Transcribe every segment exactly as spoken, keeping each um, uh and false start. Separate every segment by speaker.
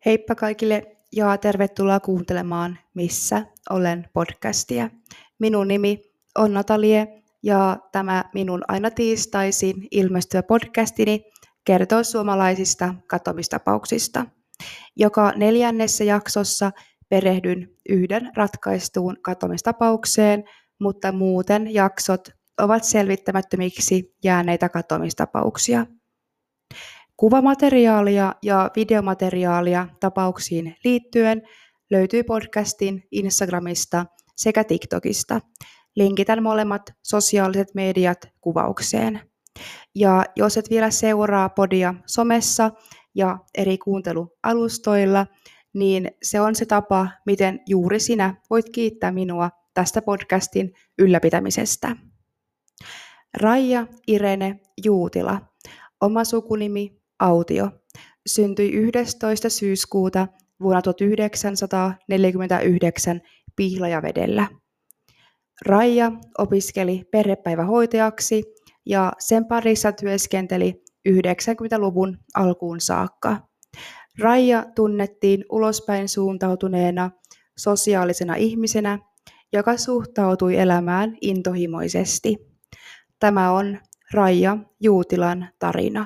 Speaker 1: Heippa kaikille ja tervetuloa kuuntelemaan Missä olen podcastia. Minun nimi on Natalie ja tämä minun aina tiistaisin ilmestyvä podcastini kertoo suomalaisista katomistapauksista. Joka neljännessä jaksossa perehdyn yhden ratkaistuun katomistapaukseen, mutta muuten jaksot ovat selvittämättömiksi jääneitä katomistapauksia. Kuvamateriaalia ja videomateriaalia tapauksiin liittyen löytyy podcastin Instagramista sekä TikTokista. Linkitän molemmat sosiaaliset mediat kuvaukseen. Ja jos et vielä seuraa podia somessa ja eri kuuntelualustoilla, niin se on se tapa, miten juuri sinä voit kiittää minua tästä podcastin ylläpitämisestä. Raija Irene Juutila, oma sukunimi Autio, syntyi yhdestoista syyskuuta vuonna tuhatyhdeksänsataaneljäkymmentäyhdeksän Pihlajavedellä. Raija opiskeli perhepäivähoitajaksi ja sen parissa työskenteli yhdeksänkymmentäluvun alkuun saakka. Raija tunnettiin ulospäin suuntautuneena sosiaalisena ihmisenä, joka suhtautui elämään intohimoisesti. Tämä on Raija Juutilan tarina.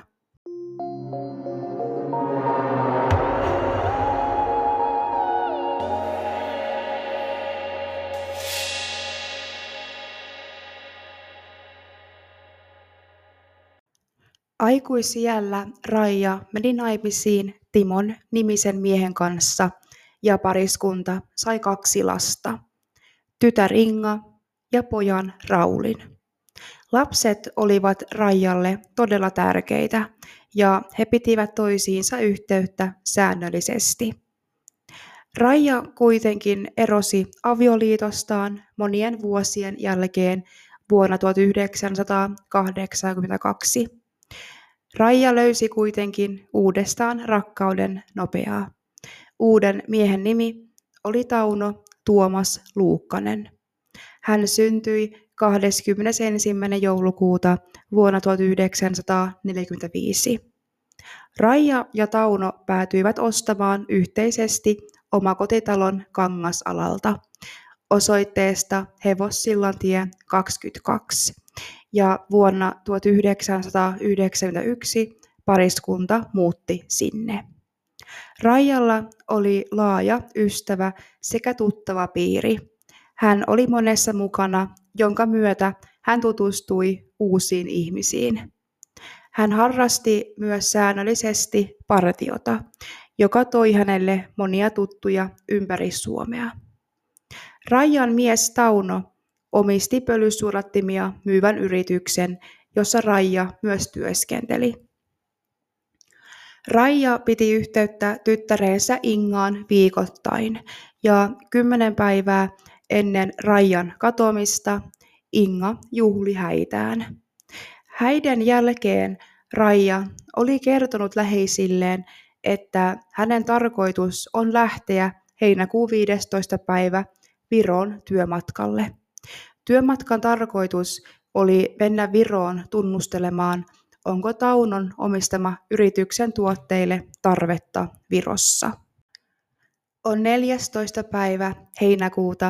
Speaker 1: Aikuisiällä Raija meni naimisiin Timon nimisen miehen kanssa ja pariskunta sai kaksi lasta, tytär Inga ja pojan Raulin. Lapset olivat Raijalle todella tärkeitä ja he pitivät toisiinsa yhteyttä säännöllisesti. Raija kuitenkin erosi avioliitostaan monien vuosien jälkeen vuonna tuhatyhdeksänsataakahdeksankymmentäkaksi. Raija löysi kuitenkin uudestaan rakkauden nopeaa. Uuden miehen nimi oli Tauno Tuomas Luukkanen. Hän syntyi kahdeskymmenesensimmäinen joulukuuta vuonna tuhatyhdeksänsataaneljäkymmentäviisi. Raija ja Tauno päätyivät ostamaan yhteisesti omakotitalon Kangasalalta osoitteesta Hevossillantie kaksikymmentäkaksi. Ja vuonna tuhatyhdeksänsataayhdeksänkymmentäyksi pariskunta muutti sinne. Raijalla oli laaja ystävä sekä tuttava piiri. Hän oli monessa mukana, jonka myötä hän tutustui uusiin ihmisiin. Hän harrasti myös säännöllisesti partiota, joka toi hänelle monia tuttuja ympäri Suomea. Raijan mies Tauno omisti pölysuodattimia myyvän yrityksen, jossa Raija myös työskenteli. Raija piti yhteyttä tyttäreensä Ingaan viikoittain ja kymmenen päivää ennen Raijan katoamista Inga juhli häitään. Häiden jälkeen Raija oli kertonut läheisilleen, että hänen tarkoitus on lähteä heinäkuun viidestoista päivä Viroon työmatkalle. Työmatkan tarkoitus oli mennä Viroon tunnustelemaan, onko Taunon omistama yrityksen tuotteille tarvetta Virossa. On neljästoista päivä heinäkuuta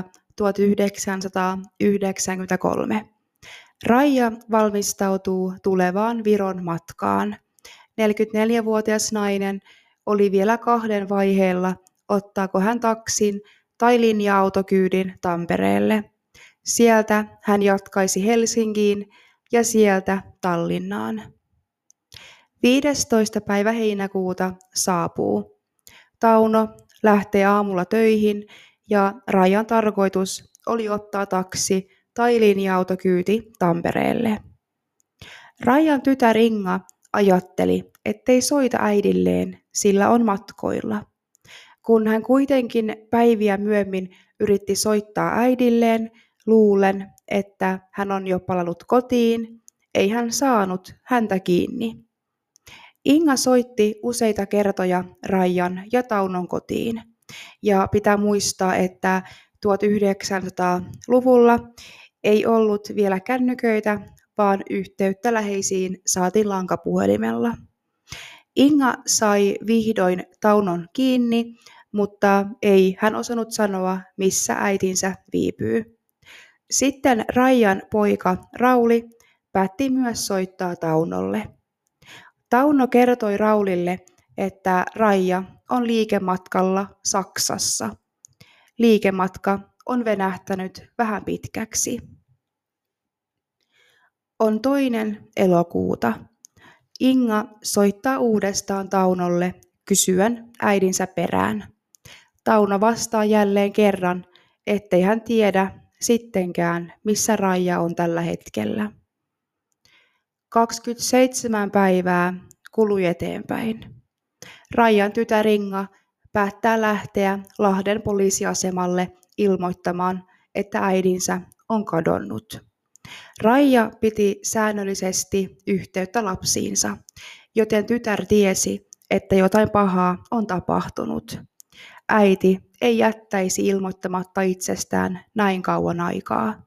Speaker 1: tuhatyhdeksänsataayhdeksänkymmentäkolme. Raija valmistautuu tulevaan Viron matkaan. neljäkymmentäneljävuotias nainen oli vielä kahden vaiheella, ottaako hän taksin tai linja-autokyydin Tampereelle. Sieltä hän jatkaisi Helsinkiin ja sieltä Tallinnaan. viidestoista päivä heinäkuuta saapuu. Tauno lähtee aamulla töihin ja Raijan tarkoitus oli ottaa taksi tai linja-autokyyti Tampereelle. Raijan tytär Inga ajatteli, ettei soita äidilleen, sillä on matkoilla. Kun hän kuitenkin päiviä myöhemmin yritti soittaa äidilleen, luulen, että hän on jo palannut kotiin, ei hän saanut häntä kiinni. Inga soitti useita kertoja Raijan ja Taunon kotiin. Ja pitää muistaa, että tuhatyhdeksänsataaluvulla ei ollut vielä kännyköitä, vaan yhteyttä läheisiin saatiin lankapuhelimella. Inga sai vihdoin Taunon kiinni, mutta ei hän osannut sanoa, missä äitinsä viipyy. Sitten Raijan poika Rauli päätti myös soittaa Taunolle. Tauno kertoi Raulille, että Raija on liikematkalla Saksassa. Liikematka on venähtänyt vähän pitkäksi. On toinen elokuuta. Inga soittaa uudestaan Taunolle kysyen äidinsä perään. Tauno vastaa jälleen kerran, ettei hän tiedä sittenkään, missä Raija on tällä hetkellä. kaksikymmentäseitsemän päivää kului eteenpäin. Raijan tytär Inga päättää lähteä Lahden poliisiasemalle ilmoittamaan, että äidinsä on kadonnut. Raija piti säännöllisesti yhteyttä lapsiinsa, joten tytär tiesi, että jotain pahaa on tapahtunut. Äiti ei jättäisi ilmoittamatta itsestään näin kauan aikaa.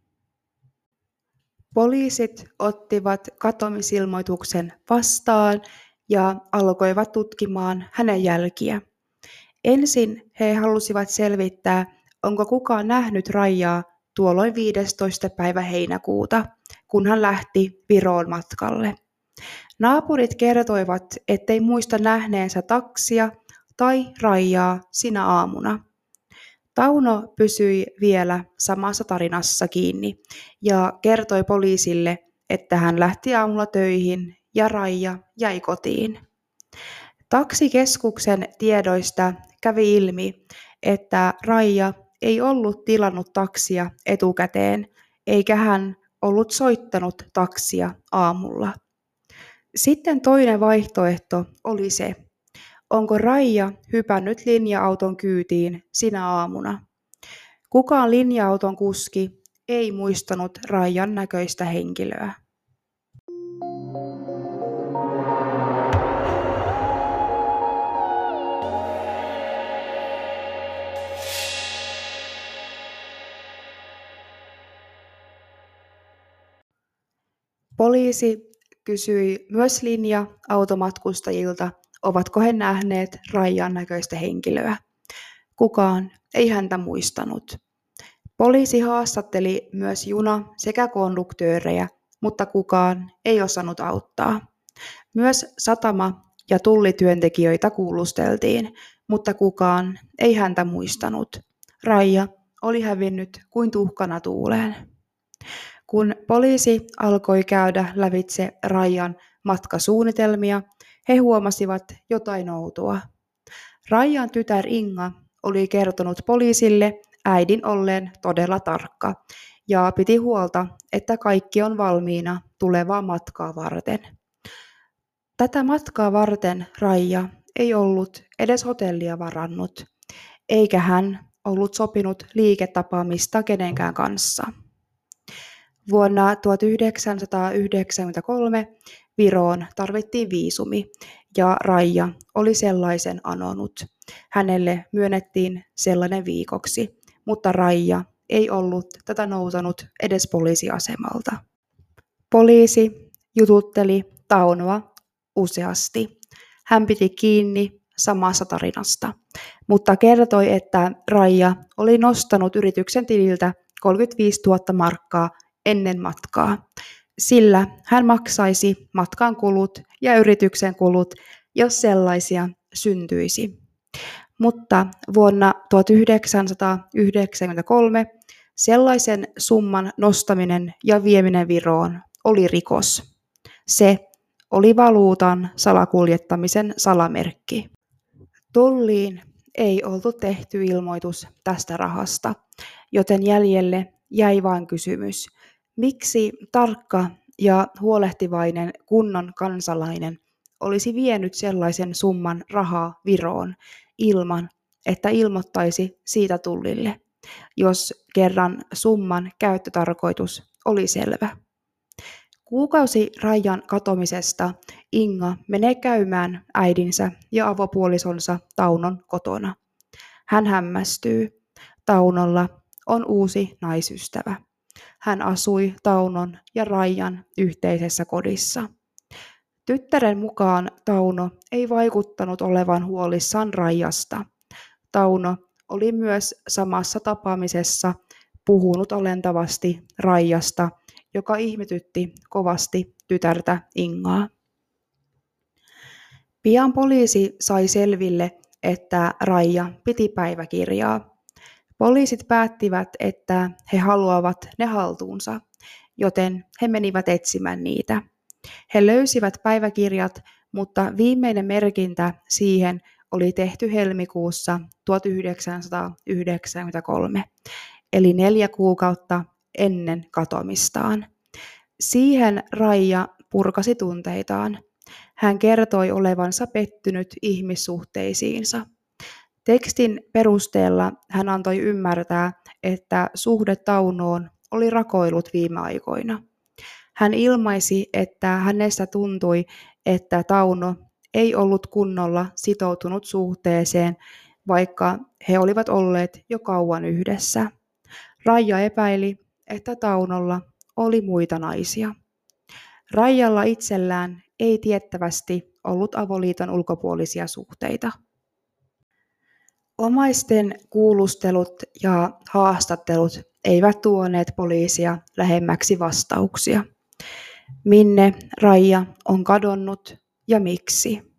Speaker 1: Poliisit ottivat katoamisilmoituksen vastaan ja alkoivat tutkimaan hänen jälkiä. Ensin he halusivat selvittää, onko kukaan nähnyt Raijaa tuolloin viidestoista päivä heinäkuuta, kun hän lähti Viroon matkalle. Naapurit kertoivat, ettei muista nähneensä taksia tai Raijaa sinä aamuna. Tauno pysyi vielä samassa tarinassa kiinni ja kertoi poliisille, että hän lähti aamulla töihin ja Raija jäi kotiin. Taksikeskuksen tiedoista kävi ilmi, että Raija ei ollut tilannut taksia etukäteen, eikä hän ollut soittanut taksia aamulla. Sitten toinen vaihtoehto oli se, onko Raija hypännyt linja-auton kyytiin sinä aamuna. Kukaan linja-auton kuski ei muistanut Raijan näköistä henkilöä. Poliisi kysyi myös linja-automatkustajilta, ovatko he nähneet Raijan näköistä henkilöä. Kukaan ei häntä muistanut. Poliisi haastatteli myös juna- sekä konduktöörejä, mutta kukaan ei osannut auttaa. Myös satama- ja tullityöntekijöitä kuulusteltiin, mutta kukaan ei häntä muistanut. Raija oli hävinnyt kuin tuhkana tuuleen. Kun poliisi alkoi käydä lävitse Raijan matkasuunnitelmia, he huomasivat jotain outoa. Raijan tytär Inga oli kertonut poliisille äidin olleen todella tarkka ja piti huolta, että kaikki on valmiina tulevaa matkaa varten. Tätä matkaa varten Raija ei ollut edes hotellia varannut, eikä hän ollut sopinut liiketapaamista kenenkään kanssa. Vuonna tuhatyhdeksänsataayhdeksänkymmentäkolme Viroon tarvittiin viisumi ja Raija oli sellaisen anonut. Hänelle myönnettiin sellainen viikoksi, mutta Raija ei ollut tätä noutanut edes poliisiasemalta. Poliisi jututteli Taunoa useasti. Hän piti kiinni samasta tarinasta, mutta kertoi, että Raija oli nostanut yrityksen tililtä kolmekymmentäviisituhatta markkaa ennen matkaa, sillä hän maksaisi matkan kulut ja yrityksen kulut, jos sellaisia syntyisi. Mutta vuonna tuhatyhdeksänsataayhdeksänkymmentäkolme sellaisen summan nostaminen ja vieminen Viroon oli rikos. Se oli valuutan salakuljettamisen salamerkki. Tulliin ei oltu tehty ilmoitus tästä rahasta, joten jäljelle jäi vain kysymys, miksi tarkka ja huolehtivainen kunnon kansalainen olisi vienyt sellaisen summan rahaa Viroon ilman, että ilmoittaisi siitä tullille, jos kerran summan käyttötarkoitus oli selvä. Kuukausi Raijan katoamisesta Inga menee käymään äidinsä ja avopuolisonsa Taunon kotona. Hän hämmästyy. Taunolla on uusi naisystävä. Hän asui Taunon ja Raijan yhteisessä kodissa. Tyttären mukaan Tauno ei vaikuttanut olevan huolissaan Raijasta. Tauno oli myös samassa tapaamisessa puhunut alentavasti Raijasta, joka ihmetytti kovasti tytärtä Ingaa. Pian poliisi sai selville, että Raija piti päiväkirjaa. Poliisit päättivät, että he haluavat ne haltuunsa, joten he menivät etsimään niitä. He löysivät päiväkirjat, mutta viimeinen merkintä siihen oli tehty helmikuussa tuhatyhdeksänsataayhdeksänkymmentäkolme, eli neljä kuukautta ennen katoamistaan. Siihen Raija purkasi tunteitaan. Hän kertoi olevansa pettynyt ihmissuhteisiinsa. Tekstin perusteella hän antoi ymmärtää, että suhde Taunoon oli rakoillut viime aikoina. Hän ilmaisi, että hänestä tuntui, että Tauno ei ollut kunnolla sitoutunut suhteeseen, vaikka he olivat olleet jo kauan yhdessä. Raija epäili, että Taunolla oli muita naisia. Raijalla itsellään ei tiettävästi ollut avoliiton ulkopuolisia suhteita. Omaisten kuulustelut ja haastattelut eivät tuoneet poliisia lähemmäksi vastauksia. Minne Raija on kadonnut ja miksi?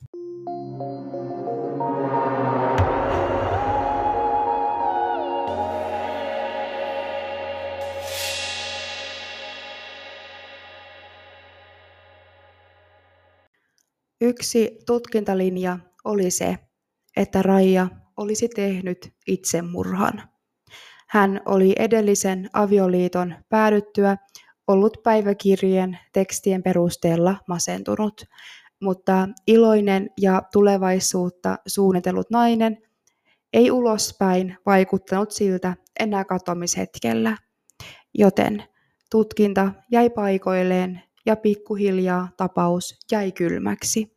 Speaker 1: Yksi tutkintalinja oli se, että Raija olisi tehnyt itsemurhan. Hän oli edellisen avioliiton päädyttyä ollut päiväkirjeen tekstien perusteella masentunut, mutta iloinen ja tulevaisuutta suunnitellut nainen ei ulospäin vaikuttanut siltä enää katoamishetkellä, joten tutkinta jäi paikoilleen ja pikkuhiljaa tapaus jäi kylmäksi.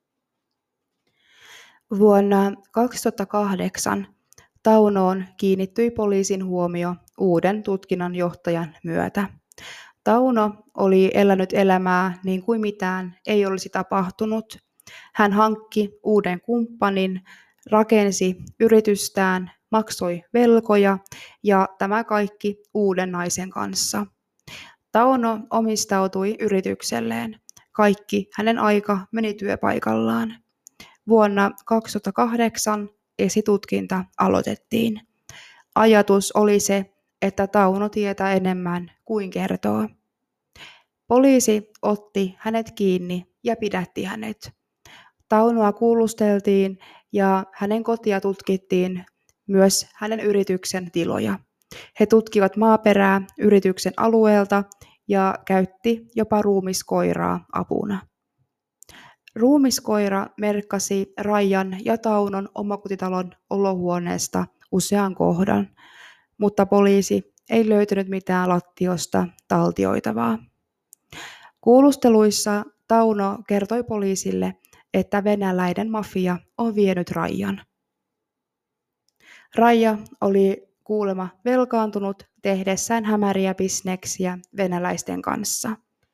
Speaker 1: Vuonna kaksituhattakahdeksan Taunoon kiinnittyi poliisin huomio uuden tutkinnanjohtajan myötä. Tauno oli elänyt elämää niin kuin mitään ei olisi tapahtunut. Hän hankki uuden kumppanin, rakensi yritystään, maksoi velkoja ja tämä kaikki uuden naisen kanssa. Tauno omistautui yritykselleen. Kaikki hänen aika meni työpaikallaan. Vuonna kaksituhattakahdeksan esitutkinta aloitettiin. Ajatus oli se, että Tauno tietää enemmän kuin kertoo. Poliisi otti hänet kiinni ja pidätti hänet. Taunoa kuulusteltiin ja hänen kotia tutkittiin, myös hänen yrityksen tiloja. He tutkivat maaperää yrityksen alueelta ja käytti jopa ruumiskoiraa apuna. Ruumiskoira merkkasi Raijan ja Taunon omakotitalon olohuoneesta usean kohdan, mutta poliisi ei löytänyt mitään lattiosta taltioitavaa. Kuulusteluissa Tauno kertoi poliisille, että venäläinen mafia on vienyt Raijan. Raija oli kuulemma velkaantunut tehdessään hämäriä bisneksiä venäläisten kanssa.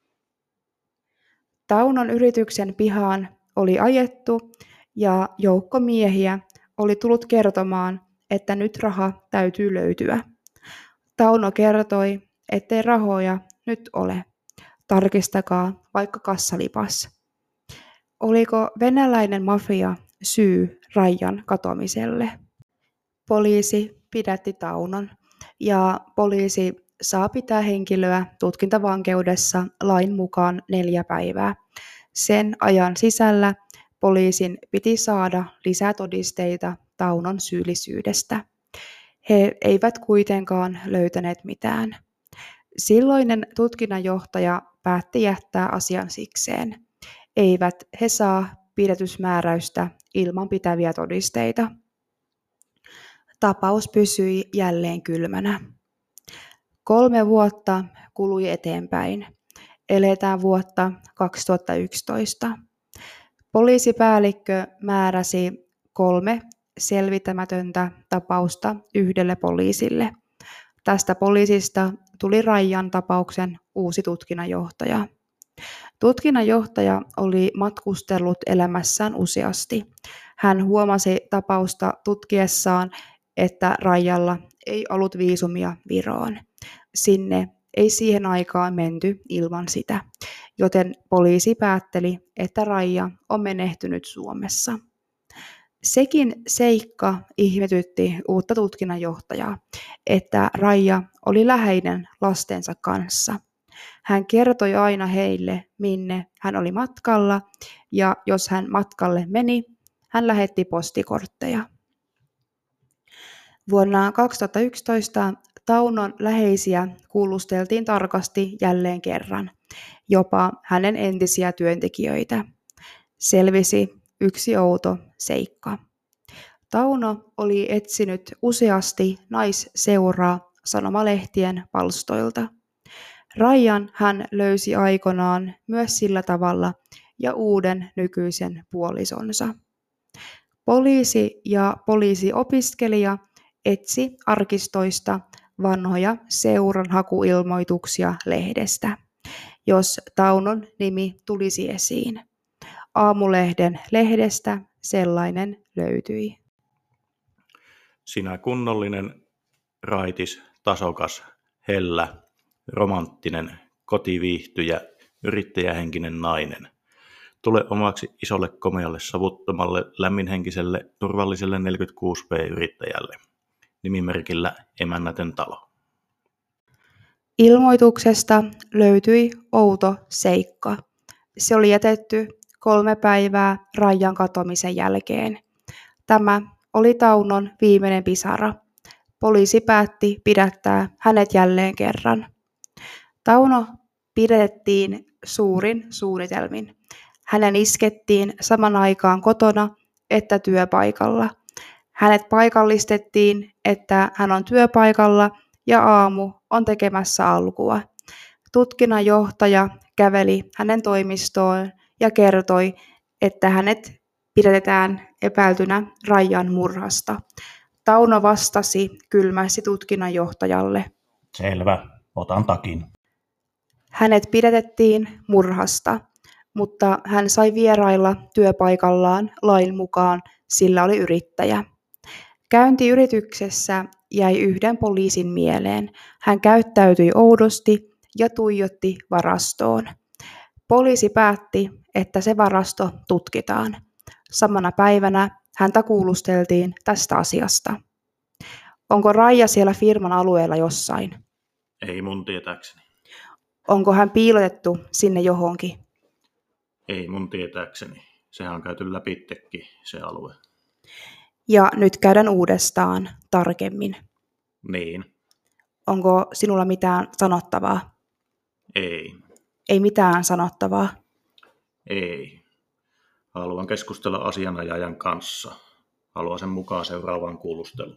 Speaker 1: Taunon yrityksen pihaan oli ajettu ja joukko miehiä oli tullut kertomaan, että nyt raha täytyy löytyä. Tauno kertoi, ettei rahoja nyt ole. Tarkistakaa vaikka kassalipas. Oliko venäläinen mafia syy Raijan katoamiselle? Poliisi pidätti Taunon ja poliisi saa pitää henkilöä tutkintavankeudessa lain mukaan neljä päivää. Sen ajan sisällä poliisin piti saada lisätodisteita Taunon syyllisyydestä. He eivät kuitenkaan löytäneet mitään. Silloinen tutkinnanjohtaja päätti jättää asian sikseen. Eivät he saa pidätysmääräystä ilman pitäviä todisteita. Tapaus pysyi jälleen kylmänä. Kolme vuotta kului eteenpäin. Eletään vuotta kaksituhattayksitoista. Poliisipäällikkö määräsi kolme selvittämätöntä tapausta yhdelle poliisille. Tästä poliisista tuli Raijan tapauksen uusi tutkinnanjohtaja. Tutkinnanjohtaja oli matkustellut elämässään useasti. Hän huomasi tapausta tutkiessaan, että Raijalla ei ollut viisumia Viroon. Sinne ei siihen aikaan menty ilman sitä, joten poliisi päätteli, että Raija on menehtynyt Suomessa. Sekin seikka ihmetytti uutta tutkinnanjohtajaa, että Raija oli läheinen lastensa kanssa. Hän kertoi aina heille, minne hän oli matkalla, ja jos hän matkalle meni, hän lähetti postikortteja. Vuonna kaksituhattayksitoista Taunon läheisiä kuulusteltiin tarkasti jälleen kerran, jopa hänen entisiä työntekijöitä. Selvisi yksi outo seikka. Tauno oli etsinyt useasti naisseuraa sanomalehtien palstoilta. Raijan hän löysi aikoinaan myös sillä tavalla ja uuden nykyisen puolisonsa. Poliisi ja poliisiopiskelija etsi arkistoista vanhoja seuran hakuilmoituksia lehdestä, jos Taunon nimi tulisi esiin. Aamulehden lehdestä sellainen löytyi.
Speaker 2: Sinä kunnollinen, raitis, tasokas, hellä, romanttinen, kotiviihtyjä, yrittäjähenkinen nainen. Tule omaksi isolle, komealle, savuttomalle, lämminhenkiselle, turvalliselle neljäkymmentäkuusi B-yrittäjälle. Nimimerkillä Emännäten talo.
Speaker 1: Ilmoituksesta löytyi outo seikka. Se oli jätetty kolme päivää Raijan katoamisen jälkeen. Tämä oli Taunon viimeinen pisara. Poliisi päätti pidättää hänet jälleen kerran. Tauno pidettiin suurin suunnitelmin. Hänen iskettiin saman aikaan kotona että työpaikalla. Hänet paikallistettiin, että hän on työpaikalla ja aamu on tekemässä alkua. Tutkinnanjohtaja käveli hänen toimistoon ja kertoi, että hänet pidetään epäiltynä Raijan murhasta. Tauno vastasi kylmästi tutkinnanjohtajalle.
Speaker 3: Selvä, otan takin.
Speaker 1: Hänet pidätettiin murhasta, mutta hän sai vierailla työpaikallaan lain mukaan, sillä oli yrittäjä. Käynti yrityksessä jäi yhden poliisin mieleen. Hän käyttäytyi oudosti ja tuijotti varastoon. Poliisi päätti, että se varasto tutkitaan. Samana päivänä häntä kuulusteltiin tästä asiasta. Onko Raija siellä firman alueella jossain?
Speaker 2: Ei mun tietääkseni.
Speaker 1: Onko hän piilotettu sinne johonkin?
Speaker 2: Ei mun tietääkseni. Sehän on käyty läpittekin se alue.
Speaker 1: Ja nyt käydään uudestaan tarkemmin.
Speaker 2: Niin.
Speaker 1: Onko sinulla mitään sanottavaa?
Speaker 2: Ei.
Speaker 1: Ei mitään sanottavaa?
Speaker 2: Ei. Haluan keskustella asianajajan kanssa. Haluan sen mukaan seuraavaan kuulusteluun.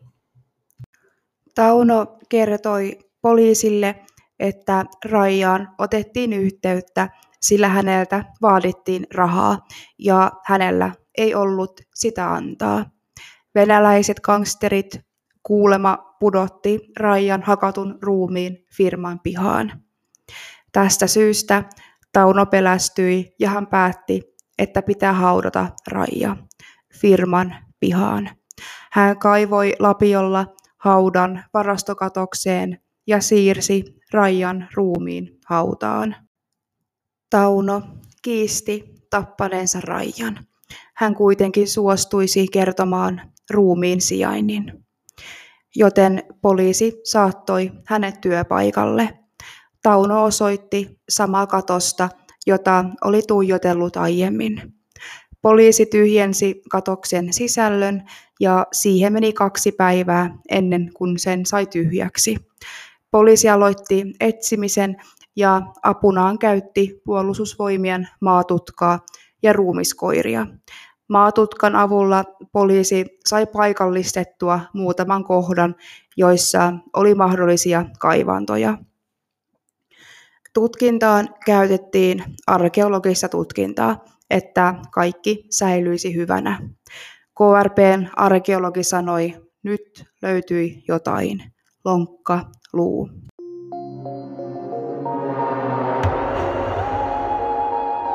Speaker 1: Tauno kertoi poliisille, että Raijaan otettiin yhteyttä, sillä häneltä vaadittiin rahaa ja hänellä ei ollut sitä antaa. Venäläiset gangsterit kuulema pudotti Raijan hakatun ruumiin firman pihaan. Tästä syystä Tauno pelästyi ja hän päätti, että pitää haudata Raija firman pihaan. Hän kaivoi lapiolla haudan varastokatokseen ja siirsi Raijan ruumiin hautaan. Tauno kiisti tappaneensa Raijan. Hän kuitenkin suostuisi kertomaan ruumiin sijainnin, joten poliisi saattoi hänet työpaikalle. Tauno osoitti samaa katosta, jota oli tuijotellut aiemmin. Poliisi tyhjensi katoksen sisällön ja siihen meni kaksi päivää ennen kuin sen sai tyhjäksi. Poliisi aloitti etsimisen ja apunaan käytti puolustusvoimien maatutkaa ja ruumiskoiria. Maatutkan avulla poliisi sai paikallistettua muutaman kohdan, joissa oli mahdollisia kaivantoja. Tutkintaan käytettiin arkeologista tutkintaa, että kaikki säilyisi hyvänä. K R P:n arkeologi sanoi, nyt löytyi jotain, lonkka, luu.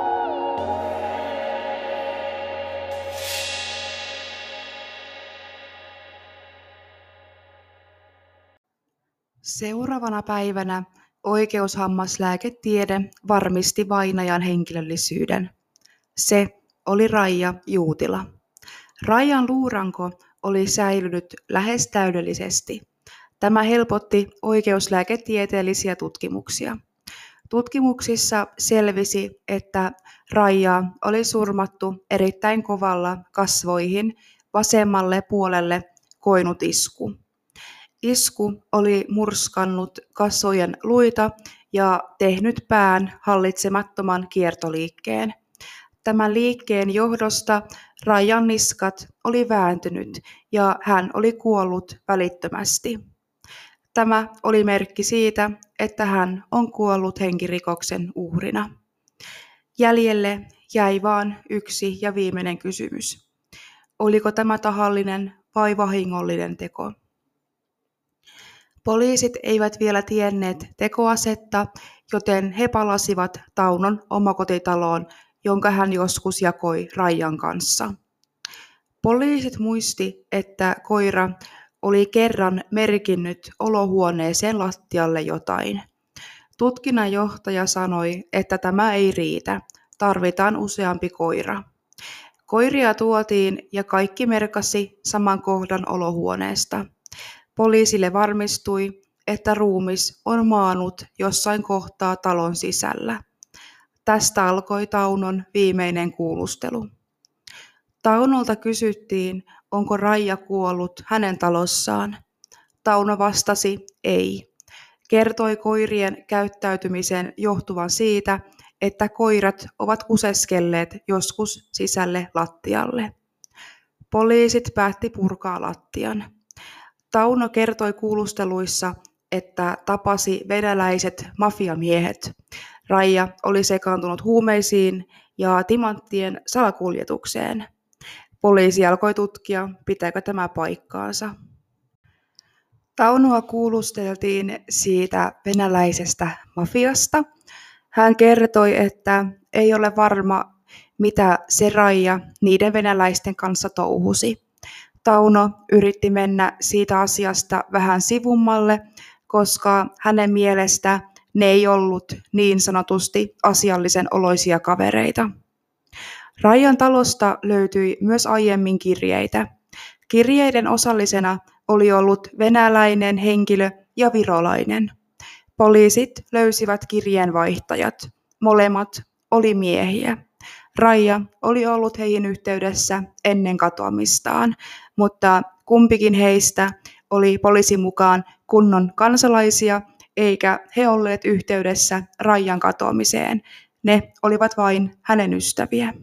Speaker 1: Seuraavana päivänä oikeushammaslääketiede varmisti vainajan henkilöllisyyden. Se oli Raija Juutila. Raijan luuranko oli säilynyt lähes täydellisesti. Tämä helpotti oikeuslääketieteellisiä tutkimuksia. Tutkimuksissa selvisi, että Raijaa oli surmattu erittäin kovalla kasvoihin vasemmalle puolelle koinut isku. Isku oli murskannut kasvojen luita ja tehnyt pään hallitsemattoman kiertoliikkeen. Tämän liikkeen johdosta Raijan niskat oli vääntynyt ja hän oli kuollut välittömästi. Tämä oli merkki siitä, että hän on kuollut henkirikoksen uhrina. Jäljelle jäi vain yksi ja viimeinen kysymys. Oliko tämä tahallinen vai vahingollinen teko? Poliisit eivät vielä tienneet tekoasetta, joten he palasivat Taunon omakotitaloon, jonka hän joskus jakoi Raijan kanssa. Poliisit muisti, että koira oli kerran merkinnyt olohuoneeseen lattialle jotain. Tutkinnanjohtaja sanoi, että tämä ei riitä, tarvitaan useampi koira. Koiria tuotiin ja kaikki merkasi saman kohdan olohuoneesta. Poliisille varmistui, että ruumis on maannut jossain kohtaa talon sisällä. Tästä alkoi Taunon viimeinen kuulustelu. Taunolta kysyttiin, onko Raija kuollut hänen talossaan. Tauno vastasi ei. Kertoi koirien käyttäytymisen johtuvan siitä, että koirat ovat kuseskelleet joskus sisälle lattialle. Poliisit päätti purkaa lattian. Tauno kertoi kuulusteluissa, että tapasi venäläiset mafiamiehet. Raija oli sekaantunut huumeisiin ja timanttien salakuljetukseen. Poliisi alkoi tutkia, pitääkö tämä paikkaansa. Taunoa kuulusteltiin siitä venäläisestä mafiasta. Hän kertoi, että ei ole varma, mitä se Raija niiden venäläisten kanssa touhusi. Tauno yritti mennä siitä asiasta vähän sivummalle, koska hänen mielestä ne ei ollut niin sanotusti asiallisen oloisia kavereita. Raijan talosta löytyi myös aiemmin kirjeitä. Kirjeiden osallisena oli ollut venäläinen henkilö ja virolainen. Poliisit löysivät kirjeenvaihtajat. Molemmat oli miehiä. Raija oli ollut heihin yhteydessä ennen katoamistaan, mutta kumpikin heistä oli poliisin mukaan kunnon kansalaisia, eikä he olleet yhteydessä Raijan katoamiseen. Ne olivat vain hänen ystäviä.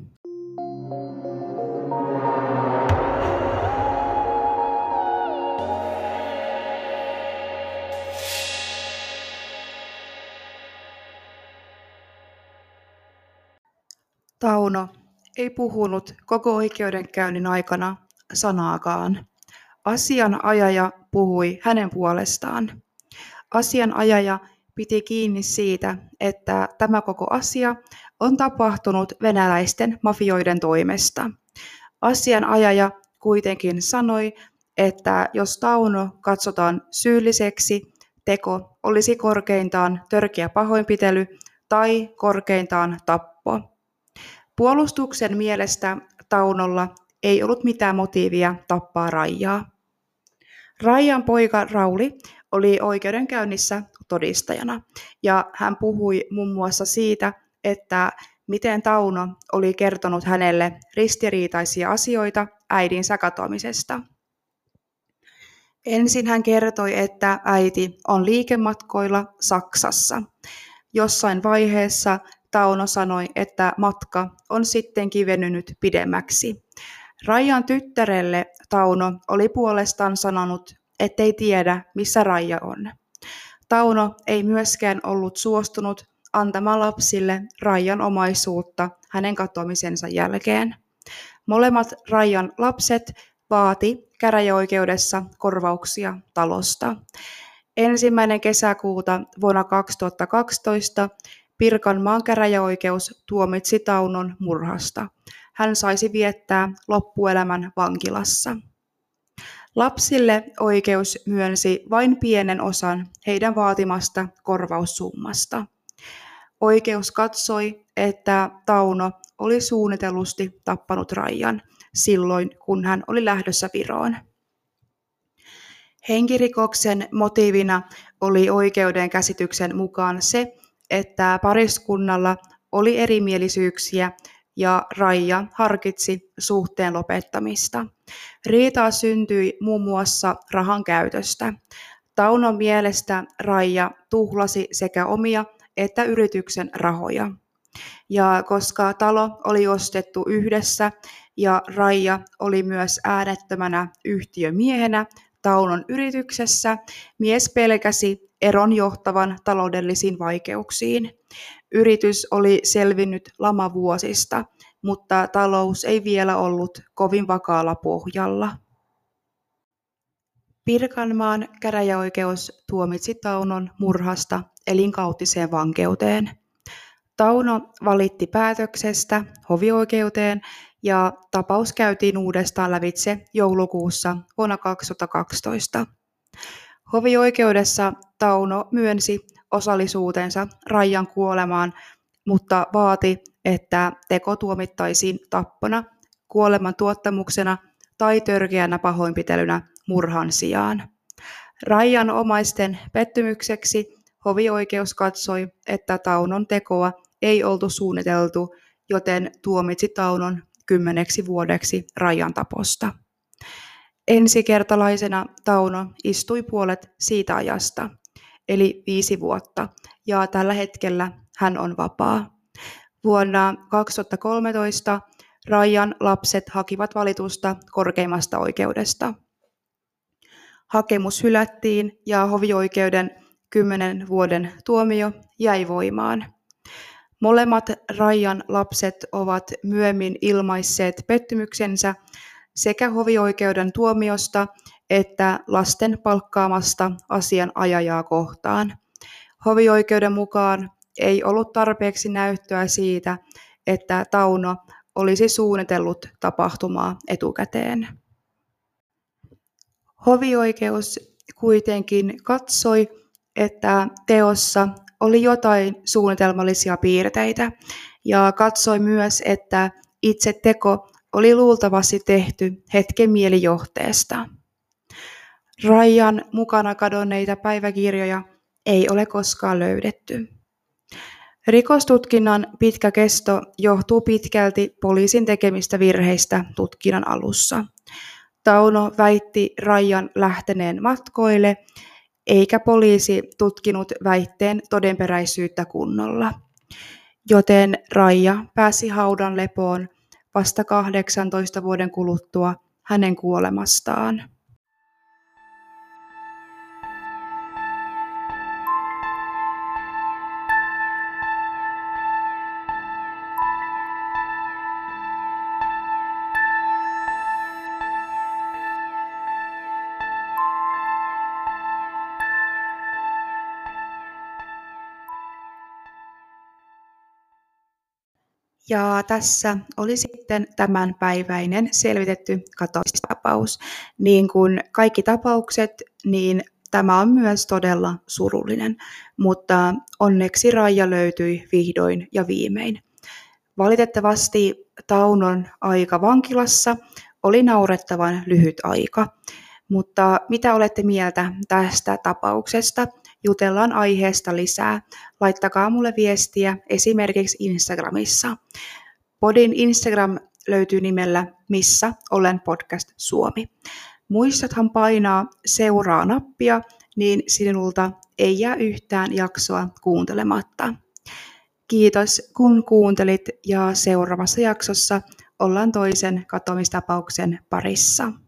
Speaker 1: Tauno ei puhunut koko oikeudenkäynnin aikana sanaakaan. Asianajaja puhui hänen puolestaan. Asianajaja piti kiinni siitä, että tämä koko asia on tapahtunut venäläisten mafioiden toimesta. Asianajaja kuitenkin sanoi, että jos Tauno katsotaan syylliseksi, teko olisi korkeintaan törkeä pahoinpitely tai korkeintaan tappo. Puolustuksen mielestä Taunolla ei ollut mitään motiivia tappaa Raijaa. Raijan poika Rauli oli oikeudenkäynnissä todistajana ja hän puhui muun muassa siitä, että miten Tauno oli kertonut hänelle ristiriitaisia asioita äidinsä katoamisesta. Ensin hän kertoi, että äiti on liikematkoilla Saksassa. Jossain vaiheessa Tauno sanoi, että matka on sittenkin venynyt pidemmäksi. Raijan tyttärelle Tauno oli puolestaan sanonut, ettei tiedä, missä Raija on. Tauno ei myöskään ollut suostunut antamaan lapsille Raijan omaisuutta hänen katoamisensa jälkeen. Molemmat Raijan lapset vaati käräjäoikeudessa korvauksia talosta. Ensimmäinen kesäkuuta vuonna kaksituhattakaksitoista Pirkanmaan käräjäoikeus tuomitsi Taunon murhasta. Hän saisi viettää loppuelämän vankilassa. Lapsille oikeus myönsi vain pienen osan heidän vaatimasta korvaussummasta. Oikeus katsoi, että Tauno oli suunnitellusti tappanut Raijan silloin, kun hän oli lähdössä Viroon. Henkirikoksen motiivina oli oikeuden käsityksen mukaan se, että pariskunnalla oli erimielisyyksiä ja Raija harkitsi suhteen lopettamista. Riitaa syntyi muun muassa rahan käytöstä. Taunon mielestä Raija tuhlasi sekä omia että yrityksen rahoja. Ja koska talo oli ostettu yhdessä ja Raija oli myös äänettömänä yhtiömiehenä Taunon yrityksessä, mies pelkäsi eron johtavan taloudellisiin vaikeuksiin. Yritys oli selvinnyt lamavuosista, mutta talous ei vielä ollut kovin vakaalla pohjalla. Pirkanmaan käräjäoikeus tuomitsi Taunon murhasta elinkautiseen vankeuteen. Tauno valitti päätöksestä hovioikeuteen ja tapaus käytiin uudestaan lävitse joulukuussa vuonna kaksituhattakaksitoista. Hovioikeudessa Tauno myönsi osallisuutensa Raijan kuolemaan, mutta vaati, että teko tuomittaisiin tappona, kuoleman tuottamuksena tai törkeänä pahoinpitelynä murhan sijaan. Raijan omaisten pettymykseksi hovioikeus katsoi, että Taunon tekoa ei oltu suunniteltu, joten tuomitsi Taunon kymmeneksi vuodeksi Raijan taposta. Ensikertalaisena Tauno istui puolet siitä ajasta, eli viisi vuotta, ja tällä hetkellä hän on vapaa. Vuonna kaksituhattakolmetoista Raijan lapset hakivat valitusta korkeimmasta oikeudesta. Hakemus hylättiin ja hovioikeuden kymmenen vuoden tuomio jäi voimaan. Molemmat Raijan lapset ovat myöhemmin ilmaisseet pettymyksensä sekä hovioikeuden tuomiosta että lasten palkkaamasta asianajajaa kohtaan. Hovioikeuden mukaan ei ollut tarpeeksi näyttöä siitä, että Tauno olisi suunnitellut tapahtumaa etukäteen. Hovioikeus kuitenkin katsoi, että teossa oli jotain suunnitelmallisia piirteitä ja katsoi myös, että itse teko oli luultavasti tehty hetken mielijohteesta. Raijan mukana kadonneita päiväkirjoja ei ole koskaan löydetty. Rikostutkinnan pitkä kesto johtuu pitkälti poliisin tekemistä virheistä tutkinnan alussa. Tauno väitti Raijan lähteneen matkoille, eikä poliisi tutkinut väitteen todenperäisyyttä kunnolla, joten Raija pääsi haudan lepoon vasta kahdeksantoista vuoden kuluttua hänen kuolemastaan. Ja tässä oli sitten tämänpäiväinen selvitetty katoamistapaus. Niin kuin kaikki tapaukset, niin tämä on myös todella surullinen, mutta onneksi Raija löytyi vihdoin ja viimein. Valitettavasti Taunon aika vankilassa oli naurettavan lyhyt aika, mutta mitä olette mieltä tästä tapauksesta? Jutellaan aiheesta lisää. Laittakaa mulle viestiä esimerkiksi Instagramissa. Podin Instagram löytyy nimellä Missä olen podcast Suomi. Muistathan painaa seuraa nappia, niin sinulta ei jää yhtään jaksoa kuuntelematta. Kiitos kun kuuntelit ja seuraavassa jaksossa ollaan toisen katoamistapauksen parissa.